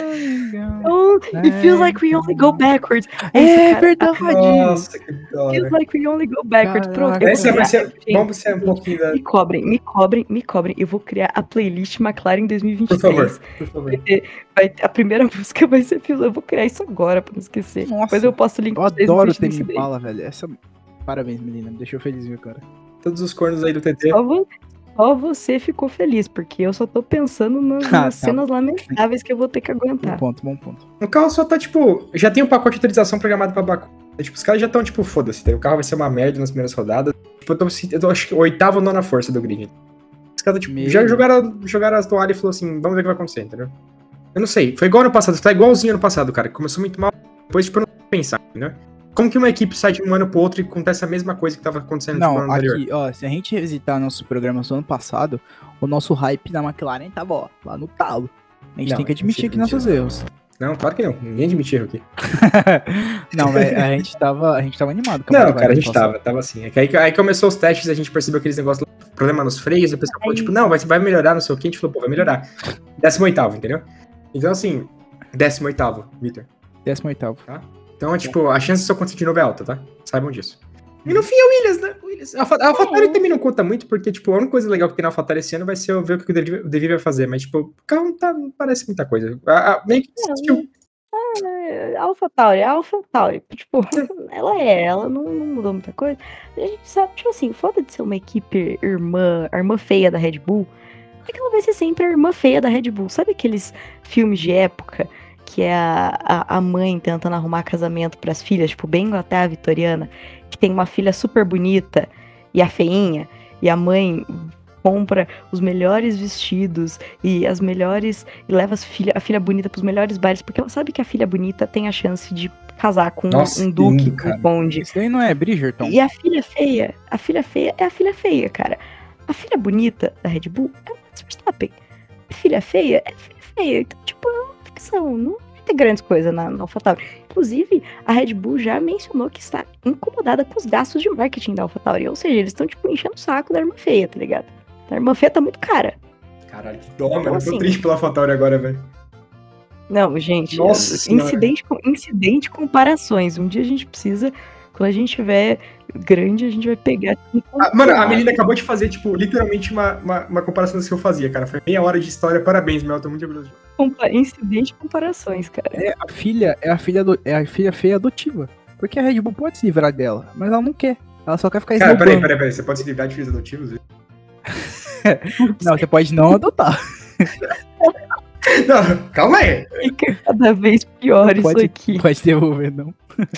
it feels like we only go backwards. Verdade. Nossa, que da Feels hora. like we only go backwards. Pronto. Essa vai ser, vamos ser um pouquinho da... Me cobrem. Eu vou criar a playlist McLaren 2023. Por favor. A primeira música vai ser Eu vou criar isso agora, pra não esquecer. Nossa, depois eu posto o link eu adoro o Tame Impala, velho. Parabéns, menina. Me deixou feliz, viu, cara? Todos os cornos aí do TT. Só você ficou feliz, porque eu só tô pensando nas cenas lamentáveis que eu vou ter que aguentar. Bom ponto. O carro só tá, tipo... Já tem um pacote de atualização programado pra Baku. Tipo, os caras já estão, tipo, foda-se. O carro vai ser uma merda nas primeiras rodadas. Tipo, eu tô acho que 8ª ou 9ª força do grid. Os caras, tipo, já jogaram as toalhas e falou assim, vamos ver o que vai acontecer, entendeu? Eu não sei. Foi igual ano passado. Tá igualzinho ano passado, cara. Começou muito mal. Depois, tipo, eu não pensar, entendeu? Como que uma equipe sai de um ano pro outro e acontece a mesma coisa que tava acontecendo no ano anterior? Aqui, ó, se a gente revisitar nossos programas do ano passado, o nosso hype da McLaren tava, ó, lá no talo. A gente tem que admitir aqui nossos erros. Não, claro que não. Ninguém admite erro aqui. Não, mas a gente tava animado. Não, cara, a gente tava assim. Aí começou os testes, a gente percebeu aqueles negócios, problema nos freios, a pessoa falou, tipo, não, vai melhorar, não sei o que. A gente falou, pô, vai melhorar. 18º, entendeu? Então, assim, 18º, Victor. 18º. Tá? Então, tipo, a chance disso acontecer de novo é alta, tá? Saibam disso. E no fim é o Williams, né? A AlphaTauri também não conta muito, porque, tipo, a única coisa legal que tem na AlphaTauri esse ano vai ser eu ver o que o Devi vai fazer. Mas, tipo, o carro não parece muita coisa. Meio que assistiu. AlphaTauri. Tipo, ela não mudou muita coisa. A gente sabe, tipo assim, foda de ser uma equipe a irmã feia da Red Bull, é que ela vai ser sempre a irmã feia da Red Bull. Sabe aqueles filmes de época que é a mãe tentando arrumar casamento pras filhas, tipo, bem Inglaterra vitoriana, que tem uma filha super bonita e a feinha, e a mãe compra os melhores vestidos e as melhores, e leva a filha bonita pros melhores bailes, porque ela sabe que a filha bonita tem a chance de casar com um duque, um conde. Isso aí não é Bridgerton. E a filha feia é a filha feia, cara. A filha bonita da Red Bull é o Max Verstappen. A filha feia é a filha feia. Então, tipo, é uma ficção. Não tem grandes coisas na AlphaTauri. Inclusive, a Red Bull já mencionou que está incomodada com os gastos de marketing da AlphaTauri. Ou seja, eles estão, tipo, enchendo o saco da irmã feia, tá ligado? A irmã feia tá muito cara. Caralho, que dó, mano. Então, Eu tô assim, triste pela AlphaTauri agora, velho. Não, gente, Nossa senhora. incidente comparações. Um dia a gente precisa, quando a gente tiver grande, a gente vai pegar. Mano, a menina acabou de fazer, tipo, literalmente uma comparação das que eu fazia, cara. Foi meia hora de história, parabéns, Mel, tô muito orgulhoso. Incidente comparações, cara. É a filha feia adotiva. Porque a Red Bull pode se livrar dela, mas ela não quer. Ela só quer ficar Cara, esnobando. peraí. Você pode se livrar de filhos adotivos? Não, você pode não adotar. Não, calma aí. Fica cada vez pior isso aqui. Pode devolver, não.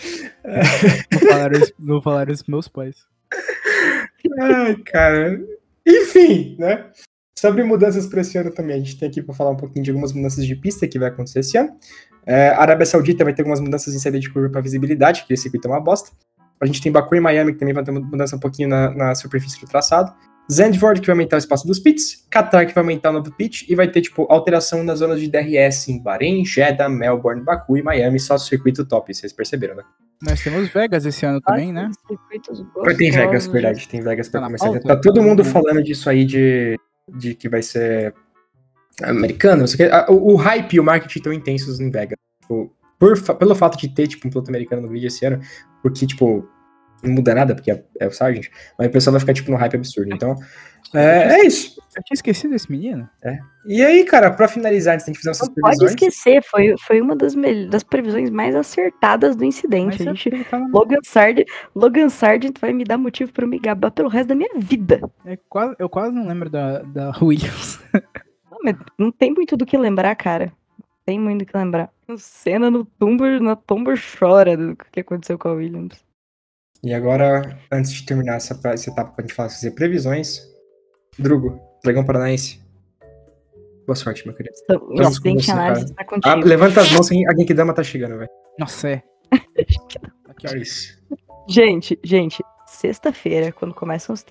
Não falaram isso pros meus pais. Ai, cara. Enfim, né? Sobre mudanças para esse ano também, a gente tem aqui para falar um pouquinho de algumas mudanças de pista que vai acontecer esse ano. A Arábia Saudita vai ter algumas mudanças em saída de curva para visibilidade, que esse circuito é uma bosta. A gente tem Baku e Miami, que também vai ter uma mudança um pouquinho na superfície do traçado. Zandvoort, que vai aumentar o espaço dos pits. Qatar, que vai aumentar o novo pit. E vai ter, tipo, alteração nas zonas de DRS em Bahrein, Jeddah, Melbourne, Baku e Miami. Só circuito top, vocês perceberam, né? Nós temos Vegas esse ano também, né? Tem Vegas, verdade. Tem Vegas pra Tá na começar. pauta? Tá todo mundo falando disso aí de que vai ser americano, não sei o que. O hype e o marketing estão intensos em Vegas. Tipo, pelo fato de ter, tipo, um piloto americano no vídeo esse ano, porque, tipo, não muda nada, porque é o Sargent, mas o pessoal vai ficar, tipo, no hype absurdo. Então, é isso. Eu tinha esquecido desse menino. E aí, cara, pra finalizar, antes de a gente fazer nossas Não pode previsões... esquecer, foi uma das previsões mais acertadas do incidente. Mas A gente, ele tava no- Logan Sargent vai me dar motivo pra eu me gabar pelo resto da minha vida. Eu quase não lembro da Williams. Não, mas não tem muito do que lembrar, cara. Não tem muito do que lembrar. O Senna na tomba chora do que aconteceu com a Williams. E agora, antes de terminar essa etapa pra gente fazer previsões, Drugo, Dragão Paranaense. Boa sorte, meu querido. Então, o Vamos com incidente você, análise cara. tá contigo. Levanta as mãos, sem alguém que dama tá chegando, velho. Nossa, é. Aqui, ó. Olha isso. Gente, sexta-feira, quando começam os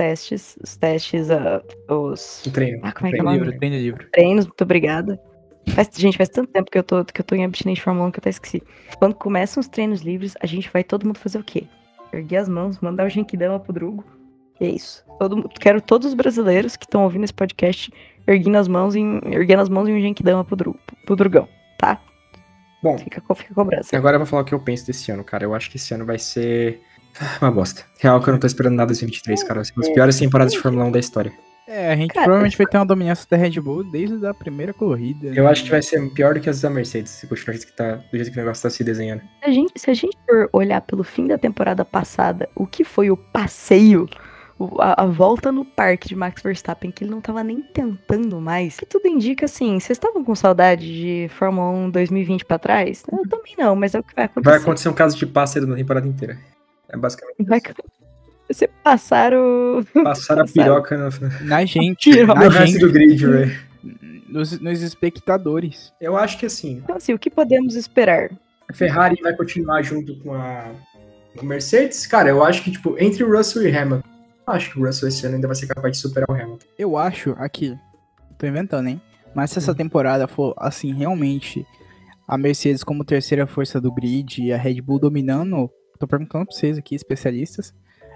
O treino. como é que é o nome? Treino livre. Treinos, muito obrigada. Faz tanto tempo que eu tô em abstinência de Fórmula 1 que eu até esqueci. Quando começam os treinos livres, a gente vai todo mundo fazer o quê? Erguer as mãos, mandar o Genkidama pro Drugo. E é isso. Quero todos os brasileiros que estão ouvindo esse podcast erguendo as mãos e um Genkidama pro Drugão, tá? Bom, Fica com a cobrança. agora eu vou falar o que eu penso desse ano, cara. Eu acho que esse ano vai ser uma bosta. Real que eu não tô esperando nada 2023, cara. Vai ser uma das piores temporadas de Fórmula 1 da história. A gente Cara, provavelmente vai ter uma dominância da Red Bull desde a primeira corrida. Eu acho que vai ser pior do que as da Mercedes, se continuar do jeito que o negócio tá se desenhando. Se a gente for olhar pelo fim da temporada passada, o que foi o passeio, a volta no parque de Max Verstappen, que ele não tava nem tentando mais, que tudo indica assim, vocês estavam com saudade de Fórmula 1 2020 pra trás? Eu também não, mas é o que vai acontecer. Vai acontecer um caso de pássaro na temporada inteira. É basicamente Você passaram a piroca Na gente. Tira no Na resto gente. do grid, velho. Nos espectadores. Eu acho que assim, Então, assim, o que podemos esperar? a Ferrari vai continuar junto com a Mercedes. Cara, eu acho que, tipo, entre o Russell e o Hamilton, eu acho que o Russell esse ano ainda vai ser capaz de superar o Hamilton. Eu acho, aqui, tô inventando, hein? Mas se essa temporada for, assim, realmente a Mercedes como terceira força do grid e a Red Bull dominando, tô perguntando pra vocês aqui, especialistas,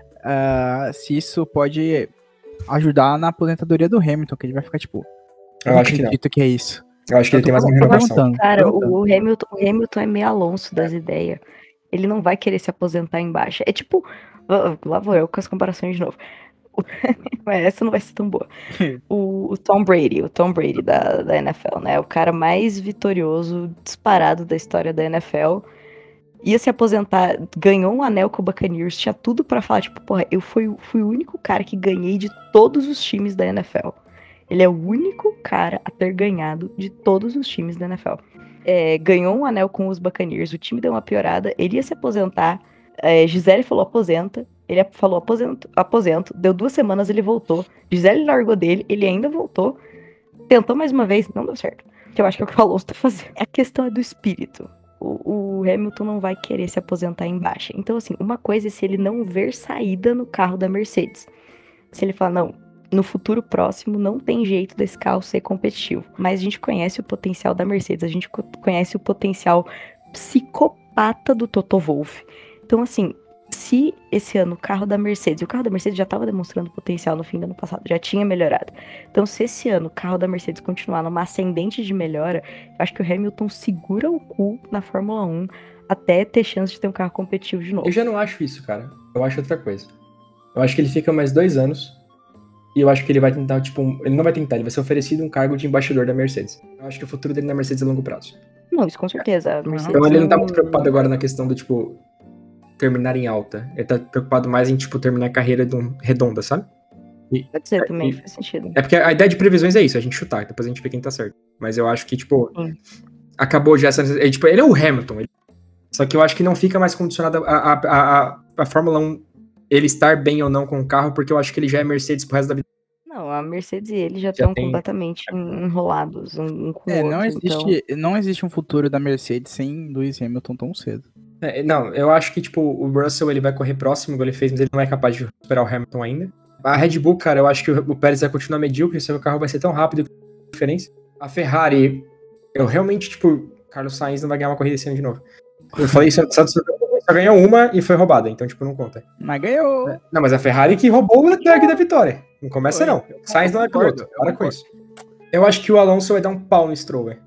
se isso pode ajudar na aposentadoria do Hamilton, que ele vai ficar tipo, Eu acho que não. acredito que é isso. Eu acho que ele tem mais uma Tô renovação. perguntando, Cara, perguntando. o Hamilton é meio Alonso das ideias. Ele não vai querer se aposentar em baixa. É tipo, lá vou eu com as comparações de novo. Mas essa não vai ser tão boa. O Tom Brady da NFL, né? O cara mais vitorioso, disparado da história da NFL. Ia se aposentar, ganhou um anel com o Buccaneers, tinha tudo pra falar, tipo, porra, eu fui o único cara que ganhei de todos os times da NFL. Ele é o único cara a ter ganhado de todos os times da NFL. Ganhou um anel com os Buccaneers, o time deu uma piorada, ele ia se aposentar, Gisele falou aposenta, ele falou aposento, deu 2 semanas, ele voltou, Gisele largou dele, ele ainda voltou, tentou mais uma vez, não deu certo. Que eu acho que é o que o Alonso tá fazendo. A questão é do espírito. O Hamilton não vai querer se aposentar em baixa. Então, assim, uma coisa é se ele não ver saída no carro da Mercedes. Se ele falar, não, no futuro próximo não tem jeito desse carro ser competitivo. Mas a gente conhece o potencial da Mercedes, a gente conhece o potencial psicopático pata do Toto Wolff. Então, assim, se esse ano o carro da Mercedes já estava demonstrando potencial no fim do ano passado, já tinha melhorado. Então, se esse ano o carro da Mercedes continuar numa ascendente de melhora, eu acho que o Hamilton segura o cu na Fórmula 1 até ter chance de ter um carro competitivo de novo. Eu já não acho isso, cara. Eu acho outra coisa. Eu acho que ele fica mais 2 anos e eu acho que ele vai tentar, tipo, ele não vai tentar, ele vai ser oferecido um cargo de embaixador da Mercedes. Eu acho que o futuro dele na Mercedes é a longo prazo. Não, isso com certeza. A Mercedes Então ele não tá muito preocupado agora na questão do, tipo, terminar em alta. Ele tá preocupado mais em, tipo, terminar a carreira redonda, sabe? Pode ser também, faz sentido. É porque a ideia de previsões é isso, a gente chutar, depois a gente vê quem tá certo. Mas eu acho que, tipo, acabou já essa... Tipo, ele é o Hamilton, só que eu acho que não fica mais condicionado a Fórmula 1 ele estar bem ou não com o carro, porque eu acho que ele já é Mercedes pro resto da vida. Não, a Mercedes e ele já estão completamente enrolados um com o outro. Não existe um futuro da Mercedes sem Lewis Hamilton tão cedo. Não, eu acho que, tipo, o Russell ele vai correr próximo, igual ele fez, mas ele não é capaz de superar o Hamilton ainda. A Red Bull, cara, eu acho que o Pérez vai continuar medíocre, seu carro vai ser tão rápido que não tem diferença. A Ferrari, eu realmente, tipo, Carlos Sainz não vai ganhar uma corrida esse ano de novo. Eu falei isso, só ganhou uma e foi roubada, então, tipo, não conta. Mas ganhou. Não, mas a Ferrari que roubou o Leclerc da vitória. Não começa, não. Sainz não é piloto. Para com isso. Eu acho que o Alonso vai dar um pau no Stroll, velho.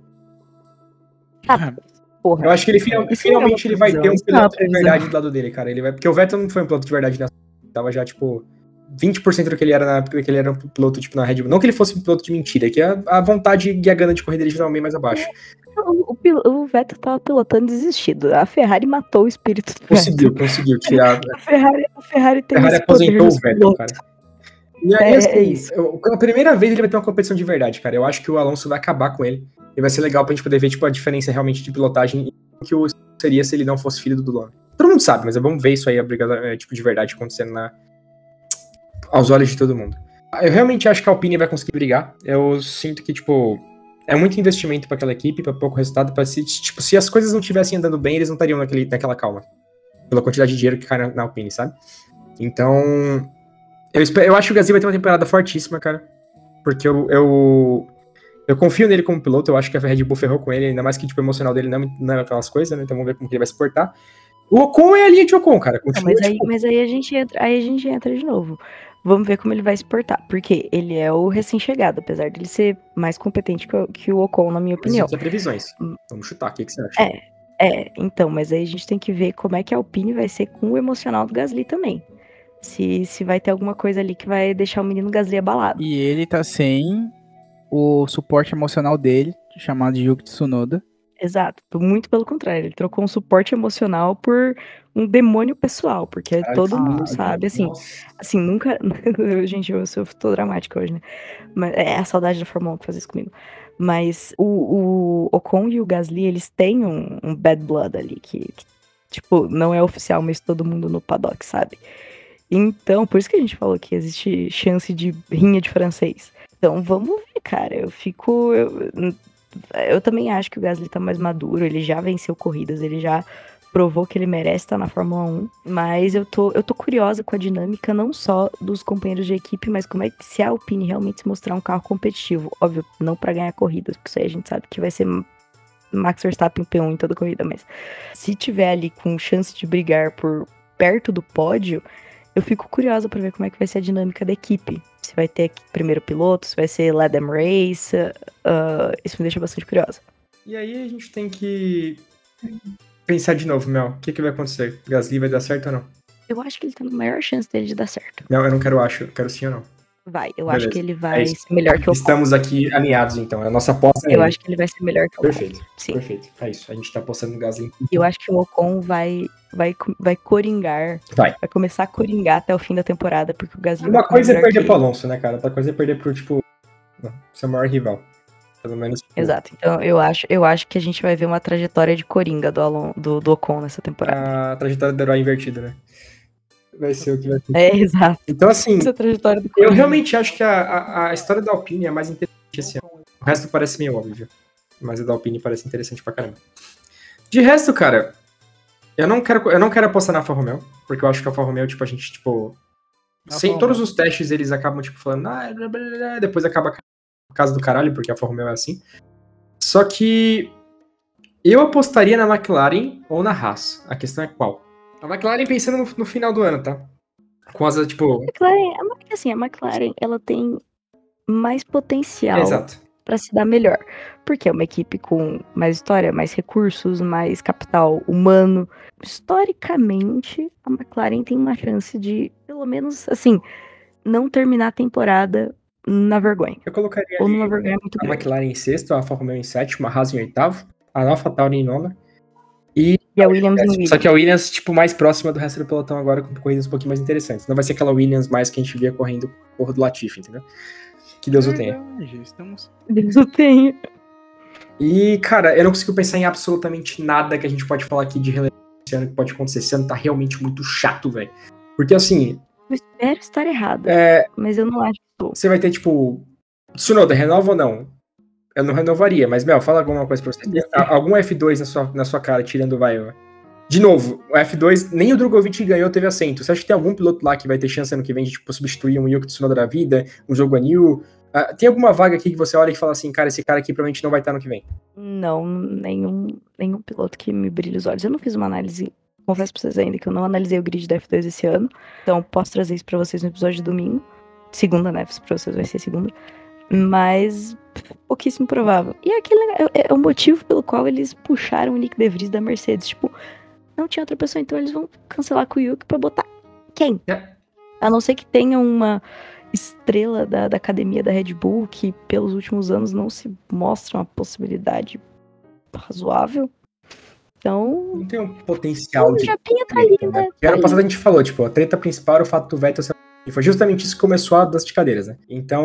Porra. Eu acho que ele finalmente ele vai ter um piloto de verdade do lado dele, cara. Ele vai, porque o Vettel não foi um piloto de verdade, tava já, tipo, 20% do que ele era na época que ele era um piloto, tipo, na Red Bull. Não que ele fosse um piloto de mentira, que a vontade e a gana de corrida dele geralmente meio mais abaixo. O Vettel tava pilotando desistido. A Ferrari matou o espírito do Vettel. Conseguiu tirar. A Ferrari tem esse aposentou o Vettel, cara. E aí, assim, é isso. Pela primeira vez ele vai ter uma competição de verdade, cara. Eu acho que o Alonso vai acabar com ele. E vai ser legal pra gente poder ver, tipo, a diferença realmente de pilotagem e que seria se ele não fosse filho do Dono. Todo mundo sabe, mas vamos ver isso aí, a briga, tipo, de verdade acontecendo aos olhos de todo mundo. Eu realmente acho que a Alpine vai conseguir brigar. Eu sinto que, tipo, é muito investimento pra aquela equipe, pra pouco resultado. Se as coisas não estivessem andando bem, eles não estariam naquela calma. Pela quantidade de dinheiro que cai na Alpine, sabe? Então, eu acho que o Gasly vai ter uma temporada fortíssima, cara. Porque eu confio nele como piloto, eu acho que a Red Bull ferrou com ele, ainda mais que tipo, o emocional dele não é aquelas coisas, né? Então vamos ver como que ele vai se portar. O Ocon é a linha de Ocon, cara. Mas aí a gente entra de novo. Vamos ver como ele vai se portar. Porque ele é o recém-chegado, apesar de ele ser mais competente que o Ocon, na minha opinião. Mas previsões. Vamos chutar, o que você acha? Então, mas aí a gente tem que ver como é que a Alpine vai ser com o emocional do Gasly também. Se vai ter alguma coisa ali que vai deixar o menino Gasly abalado. E ele tá sem o suporte emocional dele, chamado de Yuki Tsunoda. Exato, muito pelo contrário, ele trocou um suporte emocional por um demônio pessoal, porque todo mundo sabe, assim, nunca, gente, eu tô dramática hoje, né, mas é a saudade da Fórmula 1 que faz isso comigo, mas o Ocon e o Gasly, eles têm um bad blood ali, que, tipo, não é oficial, mas todo mundo no paddock sabe, então, por isso que a gente falou que existe chance de rinha de francês. Então, vamos ver, cara, eu também acho que o Gasly tá mais maduro, ele já venceu corridas, ele já provou que ele merece estar na Fórmula 1, mas eu tô curiosa com a dinâmica não só dos companheiros de equipe, mas como é que se a Alpine realmente se mostrar um carro competitivo, óbvio, não pra ganhar corridas, porque isso aí a gente sabe que vai ser Max Verstappen P1 em toda corrida, mas se tiver ali com chance de brigar por perto do pódio, eu fico curiosa pra ver como é que vai ser a dinâmica da equipe. Se vai ter primeiro piloto, se vai ser Let Them Race. Isso me deixa bastante curiosa. E aí a gente tem que pensar de novo, Mel. O que vai acontecer? Gasly vai dar certo ou não? Eu acho que ele tá na maior chance dele de dar certo. Não, eu não quero eu quero sim ou não. Eu Beleza. acho que ele vai ser melhor que o Ocon. Estamos aqui alinhados, então. A nossa aposta é Eu acho que ele vai ser melhor que o Ocon. Perfeito. Sim. Perfeito. É isso. A gente tá apostando no Gasly. Eu acho que o Ocon vai coringar. Vai começar a coringar até o fim da temporada, porque o Gasly Uma coisa é perder pro Alonso, né, cara? Outra coisa é perder pro, tipo, seu maior rival. Pelo menos. Tipo... Exato. Então, eu acho que a gente vai ver uma trajetória de coringa do Ocon nessa temporada. A trajetória do herói invertida, né? Vai ser o que vai ter. Exato. Então, assim, essa trajetória do eu realmente acho que a história da Alpine é mais interessante esse ano. O resto parece meio óbvio, mas a da Alpine parece interessante pra caramba. De resto, cara, eu não quero apostar na Alfa Romeo, porque eu acho que a Alfa Romeo, tipo, a gente, tipo... Sem todos os testes, eles acabam, tipo, falando... blá, blá, blá, depois acaba a casa do caralho, porque a Alfa Romeo é assim. Só que... Eu apostaria na McLaren ou na Haas. A questão é qual? A McLaren pensando no final do ano, tá? Com as, tipo... A McLaren, ela tem mais potencial Exato. pra se dar melhor. Porque é uma equipe com mais história, mais recursos, mais capital humano. Historicamente, a McLaren tem uma chance de, pelo menos, assim, não terminar a temporada na vergonha. Eu colocaria Ou ali numa vergonha muito a grande. McLaren em sexto, a Alfa Romeo em sétimo, a Haas em oitavo, a AlphaTauri em nona. E a Williams em Williams. Só que a Williams, tipo, mais próxima do resto do pelotão agora, com corridas um pouquinho mais interessantes. Não vai ser aquela Williams mais que a gente via correndo corro do Latifi, entendeu? Que Deus o tenha. Deus o tenha. E, cara, eu não consigo pensar em absolutamente nada que a gente pode falar aqui de relevância esse ano que pode acontecer. Esse ano tá realmente muito chato, velho. Porque, assim... Eu espero estar errado, mas eu não acho que tô. Você vai ter, tipo... Tsunoda, renova ou não? Eu não renovaria, mas, Mel, fala alguma coisa pra você. Algum F2 na sua cara, tirando vai. De novo, o F2, nem o Drogovic ganhou, teve assento. Você acha que tem algum piloto lá que vai ter chance ano que vem de, tipo, substituir um Yuki Tsunoda da vida, um Zhou Guanyu? Tem alguma vaga aqui que você olha e fala assim, cara, esse cara aqui provavelmente não vai estar ano que vem? Não, nenhum piloto que me brilhe os olhos. Eu não fiz uma análise, confesso pra vocês ainda, que eu não analisei o grid da F2 esse ano. Então, posso trazer isso pra vocês no episódio de domingo. Segunda, né? Pra vocês vai ser segunda. Mas pouquíssimo provável. E é o motivo pelo qual eles puxaram o Nick De Vries da Mercedes. Tipo, não tinha outra pessoa, então eles vão cancelar com o Yuki pra botar quem? A não ser que tenha uma estrela da academia da Red Bull, que pelos últimos anos não se mostra uma possibilidade razoável. Então... Não tem um potencial de... O Japinha tá ali, né? E ano passado a gente falou, tipo, a treta principal era o fato do Vettel ser... E foi justamente isso que começou a das cadeiras, né? Então,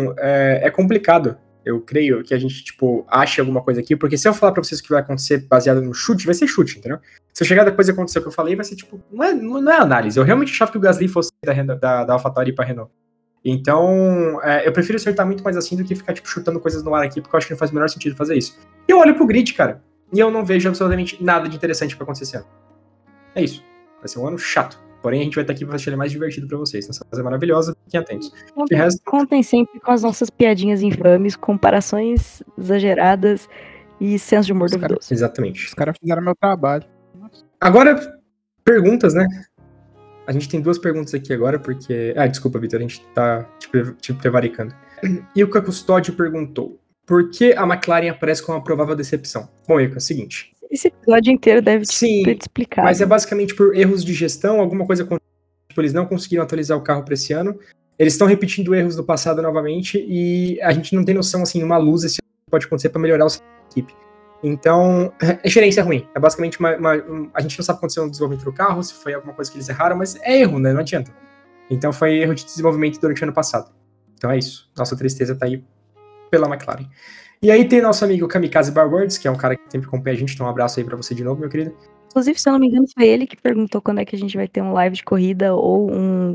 é complicado. Eu creio que a gente, tipo, ache alguma coisa aqui, porque se eu falar pra vocês o que vai acontecer baseado no chute, vai ser chute, entendeu? Se eu chegar depois de acontecer o que eu falei, vai ser, tipo, não é análise. Eu realmente achava que o Gasly fosse da AlphaTauri pra Renault. Então, eu prefiro acertar muito mais assim do que ficar, tipo, chutando coisas no ar aqui, porque eu acho que não faz o menor sentido fazer isso. E eu olho pro grid, cara, e eu não vejo absolutamente nada de interessante pra acontecer esse ano. É isso. Vai ser um ano chato. Porém, a gente vai estar aqui pra deixar ele mais divertido pra vocês. Essa fase é maravilhosa, fiquem atentos. De resto... Contem sempre com as nossas piadinhas infames, comparações exageradas e senso de humor duvidoso. Exatamente. Os caras fizeram meu trabalho. Agora, perguntas, né? A gente tem duas perguntas aqui agora, porque... desculpa, Vitor, a gente tá te prevaricando. Ilka Custódio perguntou: por que a McLaren aparece como uma provável decepção? Bom, Ilka, é o seguinte... Esse episódio inteiro deve ter te explicado. Mas é basicamente por erros de gestão, alguma coisa aconteceu, tipo, eles não conseguiram atualizar o carro para esse ano, eles estão repetindo erros do passado novamente, e a gente não tem noção, assim, uma luz esse ano que pode acontecer para melhorar a equipe. Então, é gerência ruim. É basicamente a gente não sabe o que aconteceu no desenvolvimento do carro, se foi alguma coisa que eles erraram, mas é erro, né? Não adianta. Então foi erro de desenvolvimento durante o ano passado. Então é isso. Nossa tristeza tá aí pela McLaren. E aí tem nosso amigo Kamikaze Barwords, que é um cara que sempre acompanha a gente, então um abraço aí pra você de novo, meu querido. Inclusive, se eu não me engano, foi ele que perguntou quando é que a gente vai ter um live de corrida ou um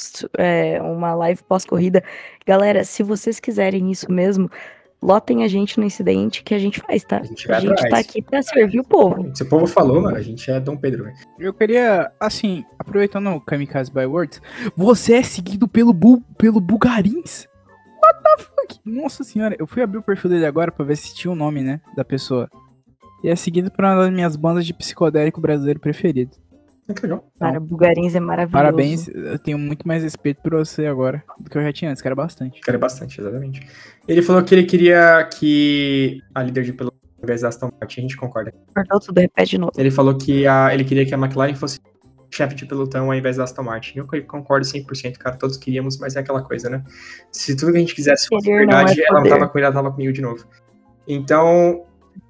uma live pós-corrida. Galera, se vocês quiserem isso mesmo, lotem a gente no incidente que a gente faz, tá? A gente tá aqui pra servir o povo. Se o povo falou, mano, a gente é Dom Pedro, velho. Eu queria, assim, aproveitando o Kamikaze Barwords, você é seguido pelo Bugarins? What the fuck? Nossa senhora, eu fui abrir o perfil dele agora pra ver se tinha o nome, né, da pessoa. E é seguido por uma das minhas bandas de psicodélico brasileiro preferido. Que legal. Cara, Bugarins é maravilhoso. Parabéns, eu tenho muito mais respeito por você agora do que eu já tinha antes, quero bastante. Quero bastante, exatamente. Ele falou que ele queria que a líder de pelotão, ao invés da Aston Martin, a gente concorda. Cortou tudo, repete de novo. Ele falou que ele queria que a McLaren fosse chefe de pelotão ao invés da Aston Martin. Eu concordo 100%, cara, todos queríamos, mas é aquela coisa, né? Se tudo que a gente quisesse fosse verdade, ela não tava com ele, ela tava comigo de novo. Então...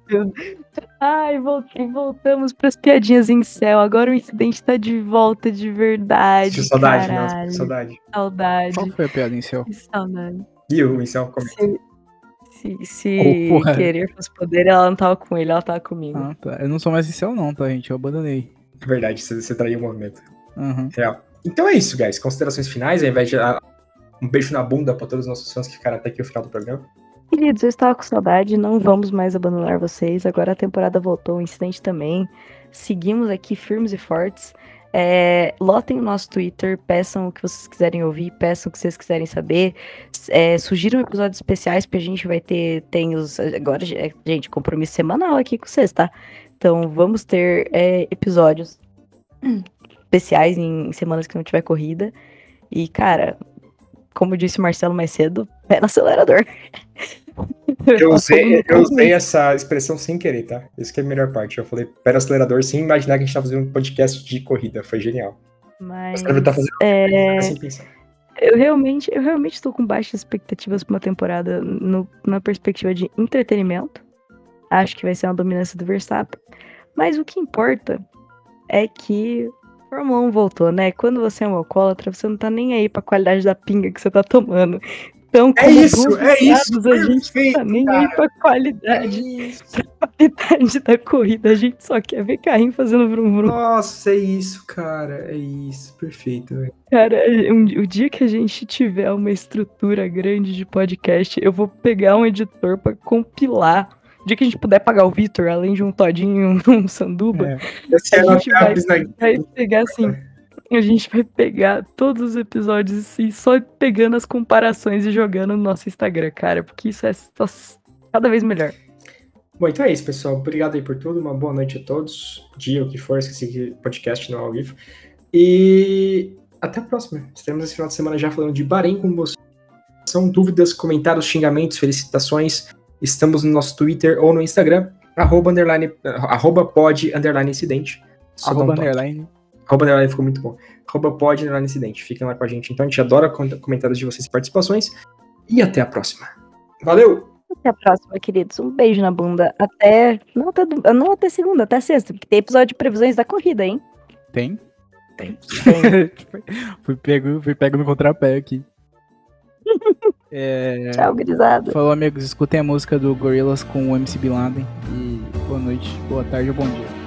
Ai, voltamos pras piadinhas em céu. Agora o incidente tá de volta de verdade. Que saudade, caralho. Nossa, saudade. Saudade. Qual foi a piada em céu? Que saudade. E o Incel comenta. Se querer fosse poder, ela não tava com ele, ela tava comigo. Ah, tá. Eu não sou mais em céu não, tá, gente? Eu abandonei. É verdade, você traiu o movimento. Uhum. Real. Então é isso, guys. Considerações finais, ao invés de um beijo na bunda pra todos os nossos fãs que ficaram até aqui o final do programa. Queridos, eu estava com saudade, não vamos mais abandonar vocês. Agora a temporada voltou, o incidente também. Seguimos aqui firmes e fortes. Lotem o nosso Twitter, peçam o que vocês quiserem ouvir, peçam o que vocês quiserem saber. Sugiram episódios especiais, porque a gente vai ter. Agora, gente, compromisso semanal aqui com vocês, tá? Então vamos ter episódios especiais em semanas que não tiver corrida. E, cara, como disse o Marcelo mais cedo, pé no acelerador. Eu usei essa expressão sem querer, tá? Isso que é a melhor parte. Eu falei pé no acelerador sem imaginar que a gente tava fazendo um podcast de corrida. Foi genial. Mas Você tá fazendo sem pensar. eu realmente estou com baixas expectativas para uma temporada na perspectiva de entretenimento. Acho que vai ser uma dominância do Verstappen. Mas o que importa é que a Fórmula 1 voltou, né? Quando você é um alcoólatra, você não tá nem aí pra qualidade da pinga que você tá tomando. Então, como bons viciados, a gente não tá nem aí pra qualidade da corrida. A gente só quer ver carrinho fazendo vrum vrum. Nossa, é isso, cara. É isso. Perfeito, velho. Cara, o dia que a gente tiver uma estrutura grande de podcast, eu vou pegar um editor pra compilar. O dia que a gente puder pagar o Vitor, além de um todinho, um sanduba, a gente vai pegar assim. A gente vai pegar todos os episódios e só pegando as comparações e jogando no nosso Instagram, cara, porque isso é só cada vez melhor. Bom, então é isso, pessoal. Obrigado aí por tudo. Uma boa noite a todos. Dia, o que for, esqueci que podcast não é ao vivo. E até a próxima. Estaremos esse final de semana já falando de Bahrein com vocês. São dúvidas, comentários, xingamentos, felicitações. Estamos no nosso Twitter ou no Instagram, @pod_incidente. @underline ficou muito bom. @pod_incidente. Fiquem lá com a gente. Então a gente adora comentários de vocês e participações. E até a próxima. Valeu! Até a próxima, queridos. Um beijo na bunda. Não até segunda, até sexta. Porque tem episódio de previsões da corrida, hein? Tem? Tem. fui pego no contrapé aqui. Tchau, gurizada. Falou, amigos. Escutem a música do Gorillaz com o MC Bin Laden. E boa noite, boa tarde ou bom dia.